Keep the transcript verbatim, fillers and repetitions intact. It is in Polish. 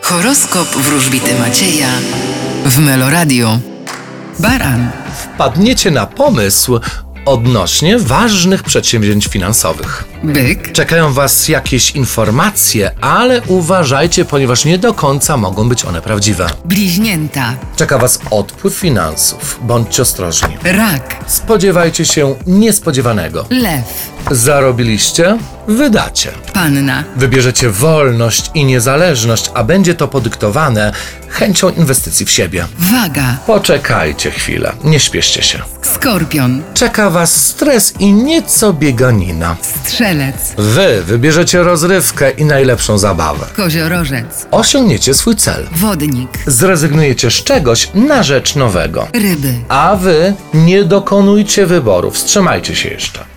Horoskop wróżbity Macieja w Meloradio. Baran. Wpadniecie na pomysł odnośnie ważnych przedsięwzięć finansowych. Byk. Czekają was jakieś informacje, ale uważajcie, ponieważ nie do końca mogą być one prawdziwe. Bliźnięta. Czeka was odpływ finansów. Bądźcie ostrożni. Rak. Spodziewajcie się niespodziewanego. Lew. Zarobiliście? Wydacie. Panna. Wybierzecie wolność i niezależność, a będzie to podyktowane chęcią inwestycji w siebie. Waga. Poczekajcie chwilę, nie śpieszcie się. Skorpion. Czeka was stres i nieco bieganina. Strzelec. Wy wybierzecie rozrywkę i najlepszą zabawę. Koziorożec. Osiągniecie swój cel. Wodnik. Zrezygnujecie z czegoś na rzecz nowego. Ryby. A wy nie dokonujcie wyborów. Wstrzymajcie się jeszcze.